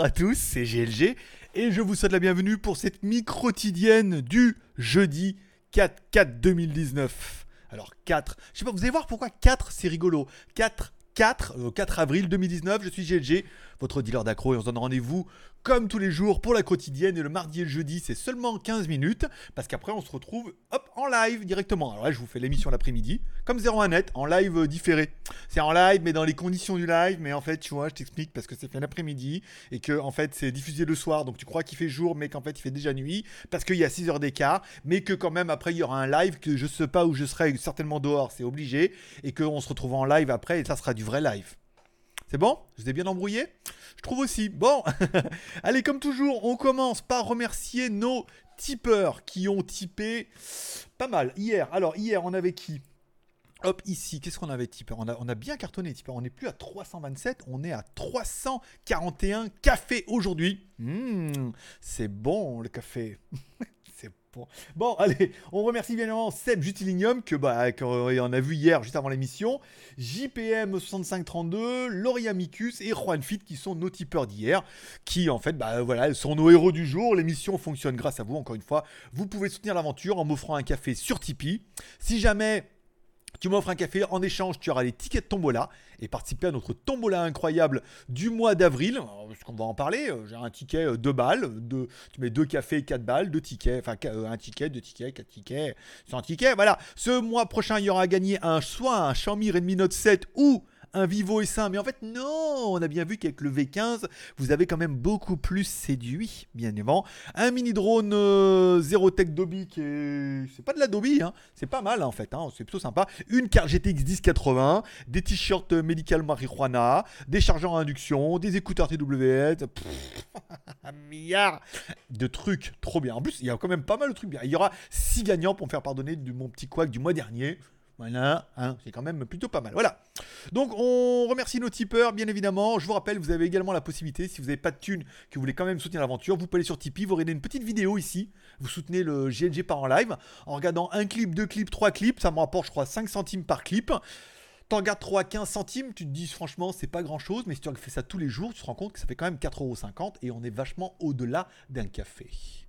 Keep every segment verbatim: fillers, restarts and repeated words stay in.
à tous, c'est G L G et je vous souhaite la bienvenue pour cette mi-quotidienne du jeudi quatre quatre deux mille dix-neuf. Alors quatre, je sais pas, vous allez voir pourquoi quatre c'est rigolo. quatre, quatre, euh, quatre avril deux mille dix-neuf, je suis G L G, votre dealer d'accro et on se donne rendez-vous comme tous les jours pour la quotidienne et le mardi et le jeudi c'est seulement quinze minutes parce qu'après on se retrouve hop en live directement. Alors là je vous fais l'émission l'après-midi comme zéro un net en live euh, différé. C'est en live mais dans les conditions du live, mais en fait tu vois je t'explique parce que c'est fait l'après-midi et que en fait c'est diffusé le soir donc tu crois qu'il fait jour mais qu'en fait il fait déjà nuit parce qu'il y a six heures d'écart, mais que quand même après il y aura un live que je sais pas où je serai, certainement dehors c'est obligé, et qu'on se retrouve en live après et ça sera du vrai live. C'est bon? Je vous ai bien embrouillé? Je trouve aussi. Bon, allez, comme toujours, on commence par remercier nos tipeurs qui ont tipé pas mal hier. Alors, hier, on avait qui? Hop, ici, qu'est-ce qu'on avait tipeur? on a, on a bien cartonné tipeur. On n'est plus à trois cent vingt-sept, on est à trois cent quarante et un cafés aujourd'hui. Mmh, c'est bon le café. C'est bon. Bon, allez, on remercie bien évidemment Seb Jutilinium, que bah, qu'on a vu hier juste avant l'émission, J P M soixante-cinq trente-deux, Laurie Amicus et Juan Fit qui sont nos tipeurs d'hier, qui en fait, bah voilà, sont nos héros du jour. L'émission fonctionne grâce à vous, encore une fois. Vous pouvez soutenir l'aventure en m'offrant un café sur Tipeee. Si jamais tu m'offres un café, en échange, tu auras les tickets de tombola et participer à notre tombola incroyable du mois d'avril. Parce qu'on va en parler. J'ai un ticket deux balles. Deux, tu mets deux cafés, quatre balles, deux tickets. Enfin, un ticket, deux tickets, quatre tickets, cent tickets. Voilà. Ce mois prochain, il y aura à gagner un, soit un Xiaomi Redmi Note sept ou un Vivo S un, mais en fait non, on a bien vu qu'avec le V quinze, vous avez quand même beaucoup plus séduit, bien évidemment. Un mini drone euh, Zero Tech Dobby qui est... c'est pas de la Dobby, hein. C'est pas mal en fait, hein. C'est plutôt sympa. Une carte G T X dix quatre-vingts, des t-shirts Medical Marijuana, des chargeurs à induction, des écouteurs T W S, pff, un milliard de trucs, trop bien. En plus, il y a quand même pas mal de trucs bien. Il y aura six gagnants pour me faire pardonner de mon petit couac du mois dernier. Voilà, hein, c'est quand même plutôt pas mal. Voilà. Donc on remercie nos tipeurs, bien évidemment. Je vous rappelle, vous avez également la possibilité, si vous n'avez pas de thunes, que vous voulez quand même soutenir l'aventure, vous pouvez aller sur Tipeee, vous regardez une petite vidéo ici. Vous soutenez le G L G par en live en regardant un clip, deux clips, trois clips. Ça me rapporte, je crois, cinq centimes par clip. T'en regardes trois à quinze centimes, tu te dis franchement c'est pas grand chose, mais si tu fais ça tous les jours, tu te rends compte que ça fait quand même quatre euros cinquante et on est vachement au-delà d'un café.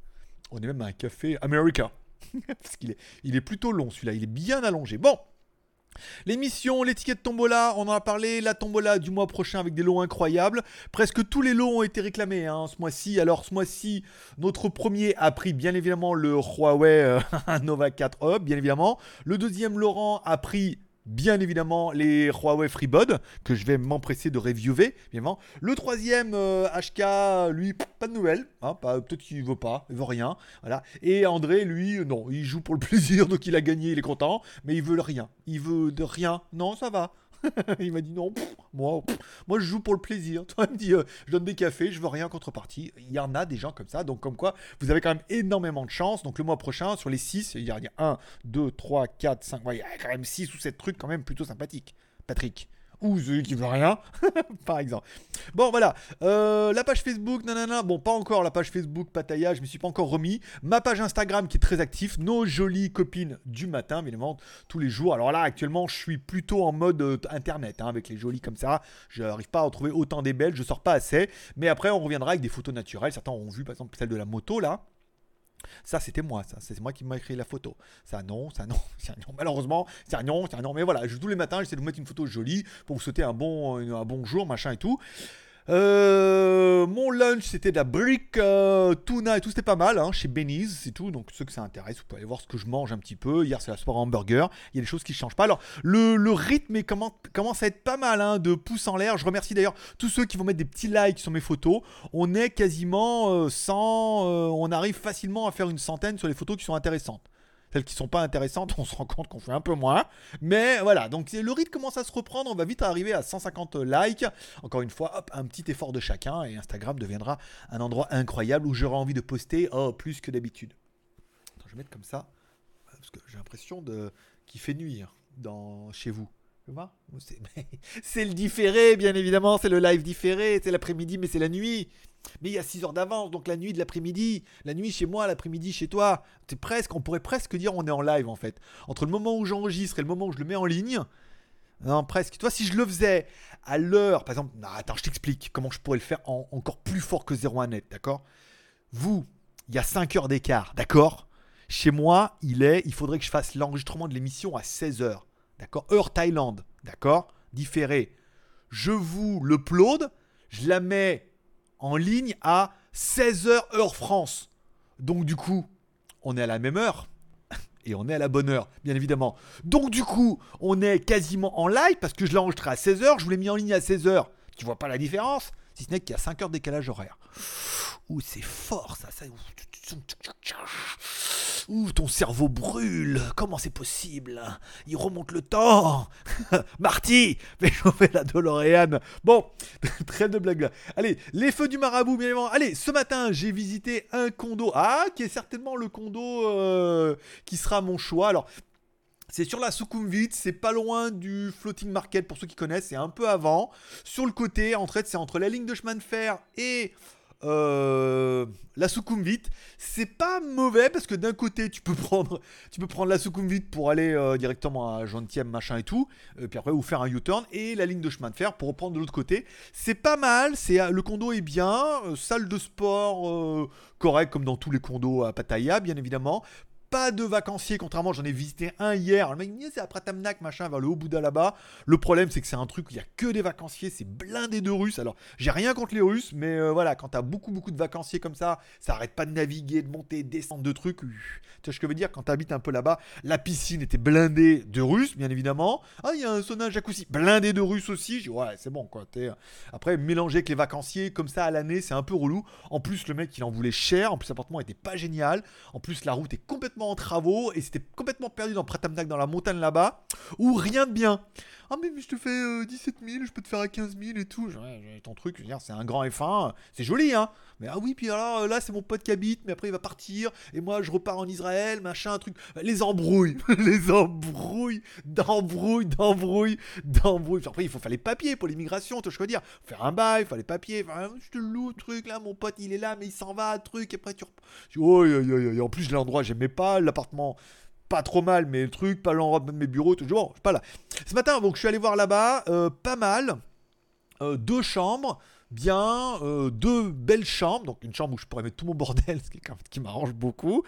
On est même à un café America. Parce qu'il est, il est plutôt long celui-là, il est bien allongé. Bon, l'émission, l'étiquette tombola, on en a parlé, la tombola du mois prochain avec des lots incroyables. Presque tous les lots ont été réclamés hein, ce mois-ci. Alors ce mois-ci, notre premier a pris bien évidemment le Huawei euh, Nova quatre Hub, bien évidemment. Le deuxième, Laurent, a pris... bien évidemment les Huawei FreeBuds que je vais m'empresser de reviewer, bien évidemment. Le troisième euh, H K, lui, pas de nouvelles, hein, pas, peut-être qu'il veut pas, il veut rien, voilà. Et André, lui, non, il joue pour le plaisir, donc il a gagné, il est content, mais il veut rien, il veut de rien, non, ça va. Il m'a dit non, pff, moi, pff, moi je joue pour le plaisir. Toi, il me dit euh, je donne des cafés, je veux rien en contrepartie. Il y en a des gens comme ça, donc comme quoi vous avez quand même énormément de chance. Donc le mois prochain, sur les six, il y a un, deux, trois, quatre, cinq, ouais, il y a quand même six ou sept trucs quand même plutôt sympathiques. Patrick. Ou celui qui veut rien, par exemple. Bon, voilà. Euh, la page Facebook, nanana. Bon, pas encore la page Facebook, Pataya, je me suis pas encore remis. Ma page Instagram qui est très active. Nos jolies copines du matin, évidemment, tous les jours. Alors là, actuellement, je suis plutôt en mode euh, internet, hein, avec les jolies comme ça. Je n'arrive pas à en trouver autant des belles, je sors pas assez. Mais après, on reviendra avec des photos naturelles. Certains ont vu, par exemple, celle de la moto, là. Ça, c'était moi, ça. C'est moi qui m'a écrit la photo. Ça, non, ça, non, ça, non. Malheureusement, ça, non, ça, non. Mais voilà, je, tous les matins, j'essaie de vous mettre une photo jolie pour vous souhaiter un bon, un bon jour, machin et tout. Euh, mon lunch, c'était de la brick euh, tuna et tout. C'était pas mal, hein, chez Benny's, c'est tout. Donc, ceux que ça intéresse, vous pouvez aller voir ce que je mange un petit peu. Hier, c'est la sport hamburger. Il y a des choses qui ne changent pas. Alors, le, le rythme est, comment, commence à être pas mal, hein, de pouces en l'air. Je remercie d'ailleurs tous ceux qui vont mettre des petits likes sur mes photos. On est quasiment euh, cent. Euh, on arrive facilement à faire une centaine sur les photos qui sont intéressantes. Celles qui sont pas intéressantes, on se rend compte qu'on fait un peu moins. Mais voilà, donc le rythme commence à se reprendre. On va vite arriver à cent cinquante likes. Encore une fois, hop, un petit effort de chacun. Et Instagram deviendra un endroit incroyable où j'aurai envie de poster oh, plus que d'habitude. Attends, je vais mettre comme ça. Parce que j'ai l'impression de... qu'il fait nuit dans... chez vous. Tu vois ? c'est... c'est le différé, bien évidemment. C'est le live différé. C'est l'après-midi, mais c'est la nuit. Mais il y a six heures d'avance, donc la nuit de l'après-midi, la nuit chez moi, l'après-midi chez toi. C'est presque, on pourrait presque dire on est en live en fait. Entre le moment où j'enregistre et le moment où je le mets en ligne, Non, presque. Tu vois, si je le faisais à l'heure, par exemple, non, attends, je t'explique comment je pourrais le faire en, encore plus fort que zéro un net, d'accord? Vous, il y a cinq heures d'écart, d'accord? Chez moi, il est, il faudrait que je fasse l'enregistrement de l'émission à seize heures, d'accord? Heure Thaïlande, d'accord? Différé. Je vous le upload, je la mets en ligne à seize heures heure France. Donc du coup, on est à la même heure. Et on est à la bonne heure, bien évidemment. Donc du coup, on est quasiment en live parce que je l'ai enregistré à seize heures, je vous l'ai mis en ligne à seize heures. Tu vois pas la différence? Si ce n'est qu'il y a cinq heures de décalage horaire. Ouh, c'est fort ça. ça... Ouh, ton cerveau brûle. Comment c'est possible? Il remonte le temps. Marty, fais chauffer la DeLorean. Bon, trêve de blague là. Allez, les feux du marabout, bien évidemment. Allez, ce matin, j'ai visité un condo. Ah, qui est certainement le condo euh, qui sera mon choix. Alors, c'est sur la Sukhumvit, c'est pas loin du Floating Market pour ceux qui connaissent, c'est un peu avant. Sur le côté, en fait, c'est entre la ligne de chemin de fer et euh, la Sukhumvit. C'est pas mauvais parce que d'un côté, tu peux prendre, tu peux prendre la Sukhumvit pour aller euh, directement à Gentième, machin et tout, et puis après, ou faire un U-turn et la ligne de chemin de fer pour reprendre de l'autre côté. C'est pas mal, c'est, le condo est bien, euh, salle de sport euh, correct comme dans tous les condos à Pattaya, bien évidemment. Pas de vacanciers, contrairement, j'en ai visité un hier. Le mec me dit c'est à Pratamnak, machin, vers le Haut-Bouddha là-bas. Le problème, c'est que c'est un truc où il n'y a que des vacanciers, c'est blindé de Russes. Alors, j'ai rien contre les Russes, mais euh, voilà, quand t'as beaucoup, beaucoup de vacanciers comme ça, ça arrête pas de naviguer, de monter, de descendre de trucs. Tu vois ce que je veux dire? Quand t'habites un peu là-bas, la piscine était blindée de Russes, bien évidemment. Ah, il y a un sauna, un jacuzzi, blindé de Russes aussi. J'ai dit, ouais, c'est bon, quoi. T'es... Après, mélanger avec les vacanciers comme ça à l'année, c'est un peu relou. En plus, le mec, il en voulait cher. En plus, l'appartement était pas génial. En plus, la route est complètement en travaux et c'était complètement perdu dans Pratamnak, dans la montagne là-bas, où rien de bien. Ah mais, mais je te fais euh, dix-sept mille, je peux te faire à quinze mille et tout. Ouais, ouais, ton truc, je veux dire, c'est un grand F un, c'est joli, hein. Mais ah oui, puis alors là, c'est mon pote qui habite, mais après il va partir, et moi je repars en Israël, machin, un truc. Les embrouilles, les embrouilles, d'embrouilles, d'embrouilles, d'embrouilles. Après, il faut faire les papiers pour l'immigration, tu vois ce que je veux dire. Faut faire un bail, il faut les papiers. Enfin, je te loue, truc, là, mon pote il est là, mais il s'en va, truc, et après tu. Oh, y, y, y, y. En plus, l'endroit, j'aimais pas, l'appartement. Pas trop mal, mais le truc, pas l'endroit de mes bureaux, toujours. Bon, je suis pas là. Ce matin, donc, je suis allé voir là-bas, euh, pas mal. Euh, deux chambres, bien, euh, deux belles chambres. Donc, une chambre où je pourrais mettre tout mon bordel, ce qui, qui m'arrange beaucoup.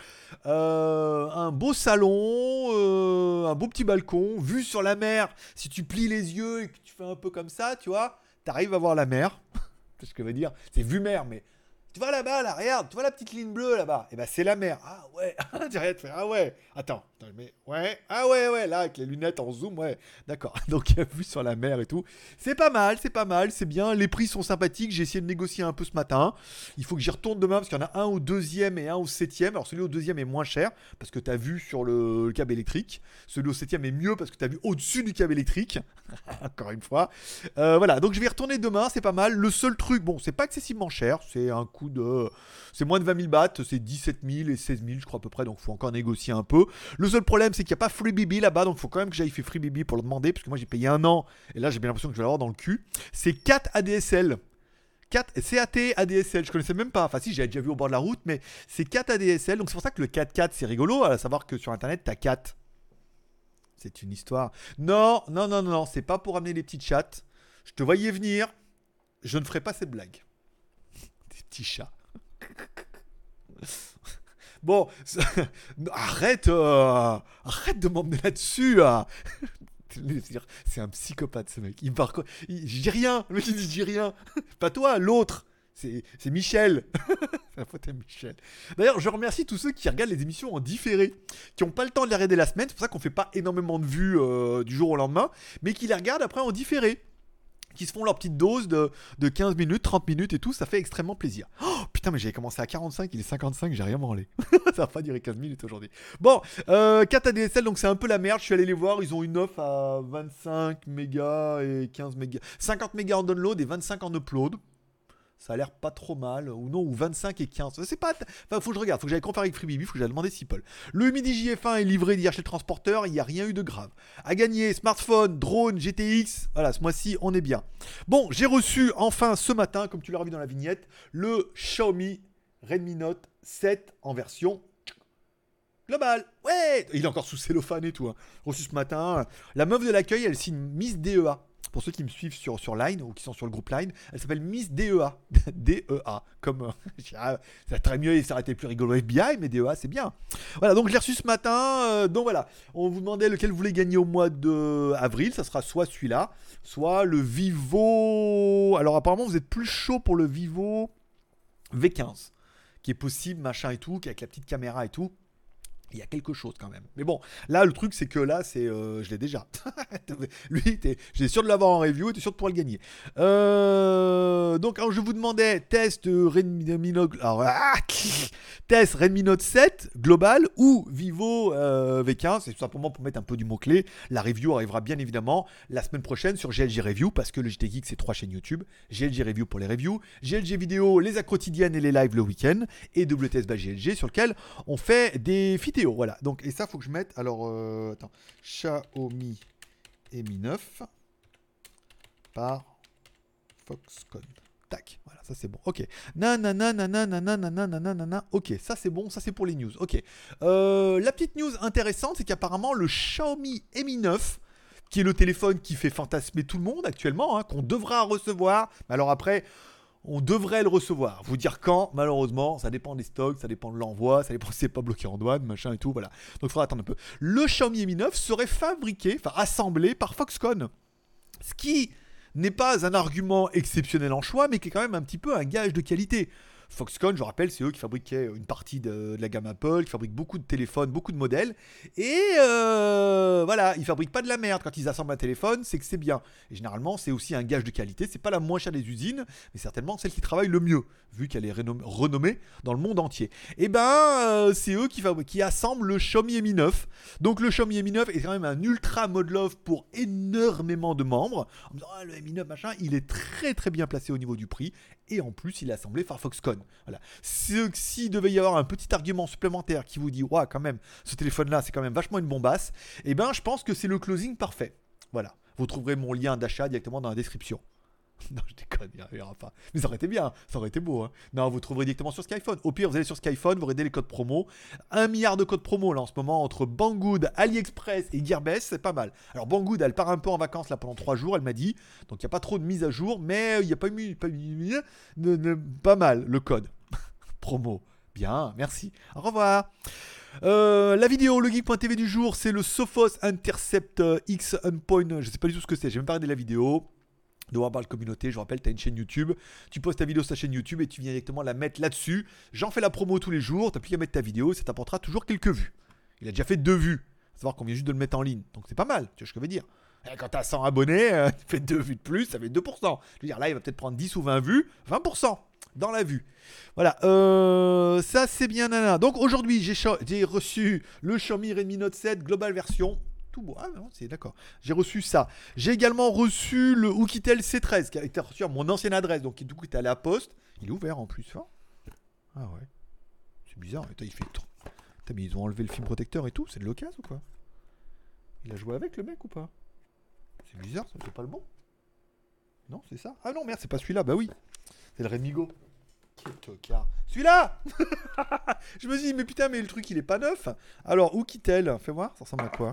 Euh, un beau salon, euh, un beau petit balcon, vue sur la mer. Si tu plies les yeux et que tu fais un peu comme ça, tu vois, t'arrives à voir la mer. C'est ce que je veux dire. C'est vue mer, mais. Tu vois là-bas, là, regarde, tu vois la petite ligne bleue là-bas? Et eh ben c'est la mer. Ah ouais, tu rien de faire. Ah ouais, attends, mais ouais, ah ouais, ouais, là, avec les lunettes en zoom, ouais, d'accord. Donc, il y a vue sur la mer et tout. C'est pas mal, c'est pas mal, c'est bien. Les prix sont sympathiques. J'ai essayé de négocier un peu ce matin. Il faut que j'y retourne demain parce qu'il y en a un au deuxième et un au septième. Alors, celui au deuxième est moins cher parce que tu as vu sur le, le câble électrique. Celui au septième est mieux parce que tu as vu au-dessus du câble électrique. Encore une fois. Euh, voilà, donc je vais y retourner demain, c'est pas mal. Le seul truc, bon, c'est pas excessivement cher, c'est un coût de. C'est moins de vingt mille bahts, c'est dix-sept mille et seize mille, je crois à peu près, donc il faut encore négocier un peu. Le seul problème, c'est qu'il n'y a pas FreeBB là-bas, donc il faut quand même que j'aille faire FreeBB pour le demander, parce que moi j'ai payé un an, et là j'ai bien l'impression que je vais l'avoir dans le cul. C'est quatre A D S L. quatre C A T A D S L, je connaissais même pas. Enfin, si, j'avais déjà vu au bord de la route, mais c'est quatre A D S L, donc c'est pour ça que le quatre quatre c'est rigolo, à savoir que sur internet, t'as quatre. C'est une histoire. Non, non, non, non, non, c'est pas pour amener les petites chattes. Je te voyais venir. Je ne ferai pas cette blague. Des petits chats. Bon, ça... arrête, euh... arrête de m'emmener là-dessus. Euh... C'est un psychopathe ce mec. Il me parle quoi il... Je dis rien. Le mec il dit je dis rien. Pas toi, l'autre. C'est, c'est Michel. La faute à Michel. D'ailleurs, je remercie tous ceux qui regardent les émissions en différé, qui n'ont pas le temps de les regarder la semaine. C'est pour ça qu'on fait pas énormément de vues euh, du jour au lendemain, mais qui les regardent après en différé, qui se font leur petite dose de, de quinze minutes, trente minutes et tout. Ça fait extrêmement plaisir. Oh putain, mais j'avais commencé à quarante-cinq, il est cinquante-cinq, j'ai rien branlé. Ça va pas durer quinze minutes aujourd'hui. Bon, euh, quatre A D S L, donc c'est un peu la merde. Je suis allé les voir, ils ont une offre à vingt-cinq mégas et quinze mégas. cinquante mégas en download et vingt-cinq en upload. Ça a l'air pas trop mal, ou non, ou vingt-cinq et quinze. C'est pas. Enfin, faut que je regarde, faut que j'aille comparer avec FreeBB, faut que j'aille demander Sipol. Le Midi J F un est livré d'hier chez le transporteur, il n'y a rien eu de grave. À gagner, smartphone, drone, G T X, voilà, ce mois-ci, on est bien. Bon, j'ai reçu enfin ce matin, comme tu l'auras vu dans la vignette, le Xiaomi Redmi Note sept en version Global, ouais. Il est encore sous cellophane et tout. Hein. Reçu ce matin. La meuf de l'accueil, elle signe Miss D E A. Pour ceux qui me suivent sur, sur Line ou qui sont sur le groupe Line, elle s'appelle Miss D E A. D E A. Comme. Euh, ça serait mieux, ça aurait été plus rigolo F B I, mais D E A, c'est bien. Voilà, donc je l'ai reçu ce matin. Euh, donc voilà, on vous demandait lequel vous voulez gagner au mois d'avril. Ça sera soit celui-là, soit le Vivo. Alors apparemment, vous êtes plus chaud pour le Vivo V quinze, qui est possible, machin et tout, qui avec la petite caméra et tout. Il y a quelque chose quand même. Mais bon, là, le truc, c'est que là, c'est, euh, je l'ai déjà. Lui, j'étais sûr de l'avoir en review et t'es sûr de pouvoir le gagner. Euh, donc, alors, je vous demandais test Redmi Note, alors, ah, test Redmi Note sept global ou Vivo euh, V quinze. C'est tout simplement pour mettre un peu du mot-clé. La review arrivera bien évidemment la semaine prochaine sur G L G Review parce que le J T Geek, c'est trois chaînes YouTube. G L G Review pour les reviews, G L G Vidéo, les actes quotidiennes et les lives le week-end et W T S by G L G sur lequel on fait des vidéos. Voilà, donc, et ça, faut que je mette. Alors, euh, attends, Xiaomi Mi neuf par Foxconn. Tac, voilà, ça c'est bon. Ok. Nanana, nanana, nanana, nanana. Ok, ça c'est bon, ça c'est pour les news. Ok. Euh, la petite news intéressante, c'est qu'apparemment, le Xiaomi Mi neuf, qui est le téléphone qui fait fantasmer tout le monde actuellement, hein, qu'on devra recevoir. Mais alors après. On devrait le recevoir. Vous dire quand, malheureusement, ça dépend des stocks, ça dépend de l'envoi, ça dépend si c'est pas bloqué en douane, machin et tout, voilà. Donc il faudra attendre un peu. Le Xiaomi Mi neuf serait fabriqué, enfin assemblé par Foxconn. Ce qui n'est pas un argument exceptionnel en choix, mais qui est quand même un petit peu un gage de qualité. Foxconn, je rappelle, c'est eux qui fabriquaient une partie de, de la gamme Apple, qui fabriquent beaucoup de téléphones, beaucoup de modèles. Et euh, voilà, ils fabriquent pas de la merde. Quand ils assemblent un téléphone, c'est que c'est bien. Et généralement, c'est aussi un gage de qualité. C'est pas la moins chère des usines, mais certainement celle qui travaille le mieux, vu qu'elle est renommée, renommée dans le monde entier. Et ben, euh, c'est eux qui, qui assemblent le Xiaomi Mi neuf. Donc le Xiaomi Mi neuf est quand même un ultra mode love pour énormément de membres. En me disant, ah, le Mi neuf, machin, il est très très bien placé au niveau du prix. Et en plus, il est assemblé par Foxconn. Voilà. S'il devait y avoir un petit argument supplémentaire qui vous dit, ouais, quand même, ce téléphone-là, c'est quand même vachement une bombasse, eh ben, je pense que c'est le closing parfait. Voilà. Vous trouverez mon lien d'achat directement dans la description. Non, je déconne, il n'y aura pas. Mais ça aurait été bien, ça aurait été beau. Hein. Non, vous trouverez directement sur Skyphone. Au pire, vous allez sur Skyphone, vous aurez les codes promo. Un milliard de codes promo là en ce moment entre Banggood, AliExpress et Gearbest, c'est pas mal. Alors Banggood, elle part un peu en vacances là pendant trois jours, elle m'a dit. Donc il n'y a pas trop de mise à jour, mais il n'y a pas eu pas, de, de, pas mal le code promo. Bien, merci. Au revoir. Euh, la vidéo, le geek point t v du jour, c'est le Sophos Intercept X Unpoint. Je sais pas du tout ce que c'est, j'ai même pas regardé la vidéo. De Warbar Communauté, je vous rappelle, tu as une chaîne YouTube, tu postes ta vidéo sur ta chaîne YouTube et tu viens directement la mettre là-dessus. J'en fais la promo tous les jours, tu n'as plus qu'à mettre ta vidéo et ça t'apportera toujours quelques vues. Il a déjà fait deux vues, à savoir qu'on vient juste de le mettre en ligne, donc c'est pas mal, tu vois ce que je veux dire. Et quand tu as cent abonnés, euh, tu fais deux vues de plus, ça fait deux pour cent. Je veux dire, là, il va peut-être prendre dix ou vingt vues, vingt pour cent dans la vue. Voilà, euh, ça c'est bien nana. Donc aujourd'hui, j'ai reçu le Xiaomi Redmi Note sept Global Version. Ah non, c'est d'accord. J'ai reçu ça. J'ai également reçu le Oukitel C treize qui a été reçu à mon ancienne adresse, donc du coup, il est allé à la poste. Il est ouvert en plus. Hein. Ah ouais. C'est bizarre. Attends, il fait trop. Putain, mais ils ont enlevé le film protecteur et tout. C'est de l'occasion ou quoi? Il a joué avec le mec ou pas? C'est bizarre, ça c'est pas le bon. Non, c'est ça. Ah non, merde, c'est pas celui-là. Bah oui. C'est le Redmi Go. Quel tocard. Celui-là. Je me dis, mais putain, mais le truc il est pas neuf. Alors, Oukitel, fais voir, ça ressemble à quoi?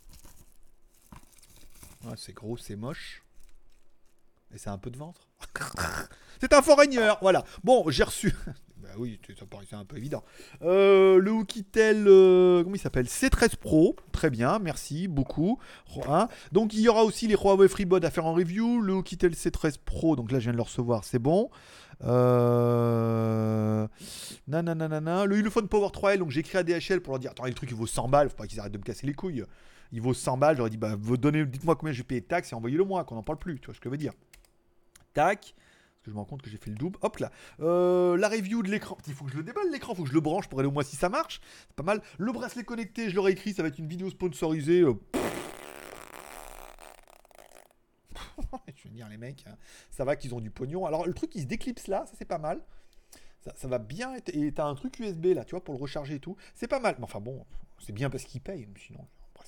Ouais, c'est gros, c'est moche. Et c'est un peu de ventre. C'est un Foreigner, voilà. Bon, j'ai reçu... bah oui, ça paraissait un peu évident. Euh, le Oukitel, euh, comment il s'appelle? C treize Pro, très bien, merci beaucoup. Hein, donc il y aura aussi les Huawei FreeBuds à faire en review. Le Oukitel C treize Pro, donc là je viens de le recevoir, c'est bon. Euh... Nanana. Le Ulefone Power trois L, donc j'ai écrit à D H L pour leur dire, attends, le truc il vaut cent balles, faut pas qu'ils arrêtent de me casser les couilles. Il vaut cent balles, j'aurais dit, bah, vous donnez, dites-moi combien je vais payer de taxes et envoyez-le moi, qu'on n'en parle plus, tu vois ce que je veux dire. Tac, parce que je me rends compte que j'ai fait le double, hop là. Euh, la review de l'écran, il faut que je le déballe l'écran, il faut que je le branche pour aller au moins si ça marche, c'est pas mal. Le bracelet connecté, je l'aurais écrit, ça va être une vidéo sponsorisée. Euh... je veux dire, les mecs, hein, ça va qu'ils ont du pognon. Alors, le truc qui se déclipse là, ça c'est pas mal. Ça, ça va bien être... Et t'as un truc U S B là, tu vois, pour le recharger et tout. C'est pas mal. Mais enfin bon, c'est bien parce qu'ils payent, sinon...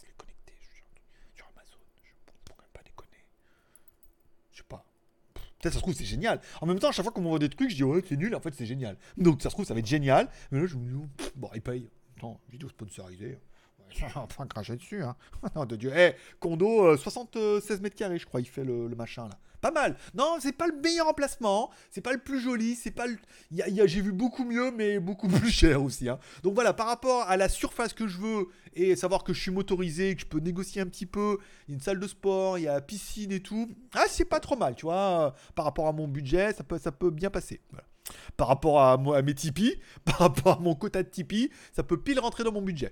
Peut-être ça se trouve c'est génial. En même temps, à chaque fois qu'on m'envoie des trucs, je dis ouais c'est nul, en fait c'est génial. Donc ça se trouve ça va être génial. Mais là je me dis bon ils payent. Attends, vidéo sponsorisée. Enfin, cracher dessus, hein. Non, de Dieu. Eh, condo, euh, soixante-seize mètres carrés, je crois, il fait le, le machin, là. Pas mal. Non, c'est pas le meilleur emplacement. C'est pas le plus joli. C'est pas le. Il y a, il y a- j'ai vu beaucoup mieux, mais beaucoup plus cher aussi, hein. Donc voilà, par rapport à la surface que je veux et savoir que je suis motorisé, que je peux négocier un petit peu, il y a une salle de sport, il y a piscine et tout. Ah, c'est pas trop mal, tu vois. Par rapport à mon budget, ça peut, ça peut bien passer. Voilà. Par rapport à, moi, à mes Tipeee, par rapport à mon quota de Tipeee, ça peut pile rentrer dans mon budget.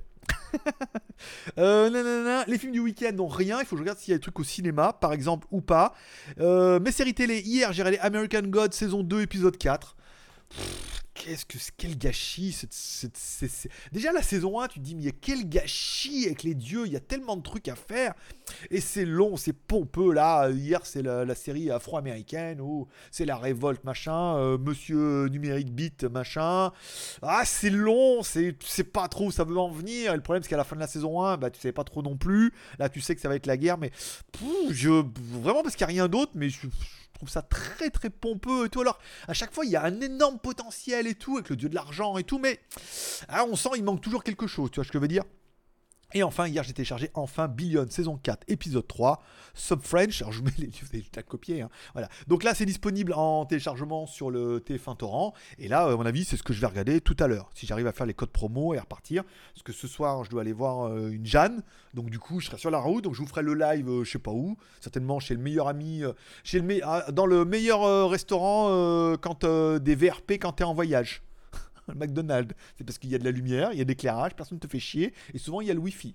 Euh, nanana, les films du week-end n'ont rien. Il faut que je regarde s'il y a des trucs au cinéma, par exemple, ou pas. Euh, mes séries télé, hier, j'ai regardé American God saison deux, épisode quatre. Pff, Qu'est-ce que c'est, quel gâchis. cette- cette- c'est- c'est- Déjà, la saison un, tu te dis, mais il y a quel gâchis avec les dieux. Il y a tellement de trucs à faire. Et c'est long, c'est pompeux. Là, hier, c'est la, la série afro-américaine où c'est la révolte, machin. euh, Monsieur Numérique Beat, machin. Ah, c'est long, c'est, tu sais pas trop où ça veut en venir. Et le problème, c'est qu'à la fin de la saison un, bah, tu sais pas trop non plus. Là, tu sais que ça va être la guerre, mais pff, je, vraiment parce qu'il n'y a rien d'autre, mais je, je trouve ça très très pompeux et tout. Alors, à chaque fois, il y a un énorme potentiel et tout, avec le dieu de l'argent et tout, mais ah, on sent il manque toujours quelque chose, tu vois ce que je veux dire. Et enfin, hier, j'ai téléchargé enfin Billion, saison quatre, épisode trois, Sub French. Alors, je vous mets les livres, je t'ai copié. Hein. Voilà. Donc là, c'est disponible en téléchargement sur le T F un Torrent. Et là, à mon avis, c'est ce que je vais regarder tout à l'heure. Si j'arrive à faire les codes promo et à repartir. Parce que ce soir, je dois aller voir euh, une Jeanne. Donc, du coup, je serai sur la route. Donc, je vous ferai le live, euh, je sais pas où. Certainement chez le meilleur ami. euh, chez le me- ah, dans le meilleur euh, restaurant euh, quand, euh, des V R P quand t'es en voyage. Le McDonald's, c'est parce qu'il y a de la lumière, il y a de l'éclairage, personne ne te fait chier, et souvent il y a le Wi-Fi.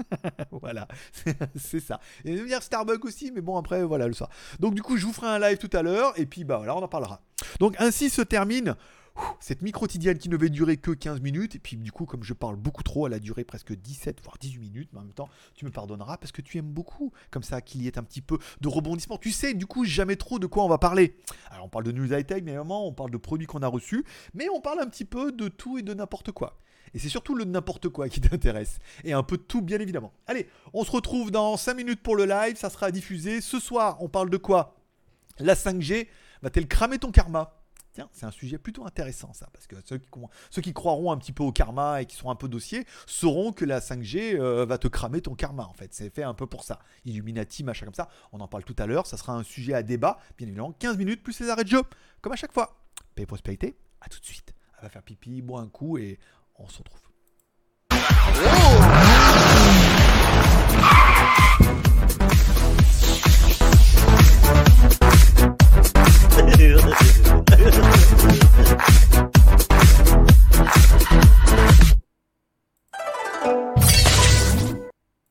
Voilà, c'est ça. Et il y a Starbucks aussi, mais bon, après, voilà, le soir. Donc, du coup, je vous ferai un live tout à l'heure, et puis, bah voilà, on en parlera. Donc, ainsi se termine cette micro-quotidienne qui ne devait durer que quinze minutes. Et puis, du coup, comme je parle beaucoup trop, elle a duré presque dix-sept, voire dix-huit minutes. Mais en même temps, tu me pardonneras parce que tu aimes beaucoup. Comme ça, qu'il y ait un petit peu de rebondissement. Tu sais, du coup, jamais trop de quoi on va parler. Alors, on parle de news high-tech, mais vraiment, on parle de produits qu'on a reçus. Mais on parle un petit peu de tout et de n'importe quoi. Et c'est surtout le n'importe quoi qui t'intéresse. Et un peu de tout, bien évidemment. Allez, on se retrouve dans cinq minutes pour le live. Ça sera diffusé. Ce soir, on parle de quoi? La cinq G va-t-elle cramer ton karma? Tiens, c'est un sujet plutôt intéressant ça, parce que ceux qui, ceux qui croiront un petit peu au karma et qui sont un peu dossiers sauront que la cinq G euh, va te cramer ton karma en fait. C'est fait un peu pour ça. Illuminati, machin comme ça. On en parle tout à l'heure. Ça sera un sujet à débat, bien évidemment. quinze minutes plus les arrêts de jeu, comme à chaque fois. Paix et prospérité. À tout de suite. Elle va faire pipi, boire un coup et on se retrouve.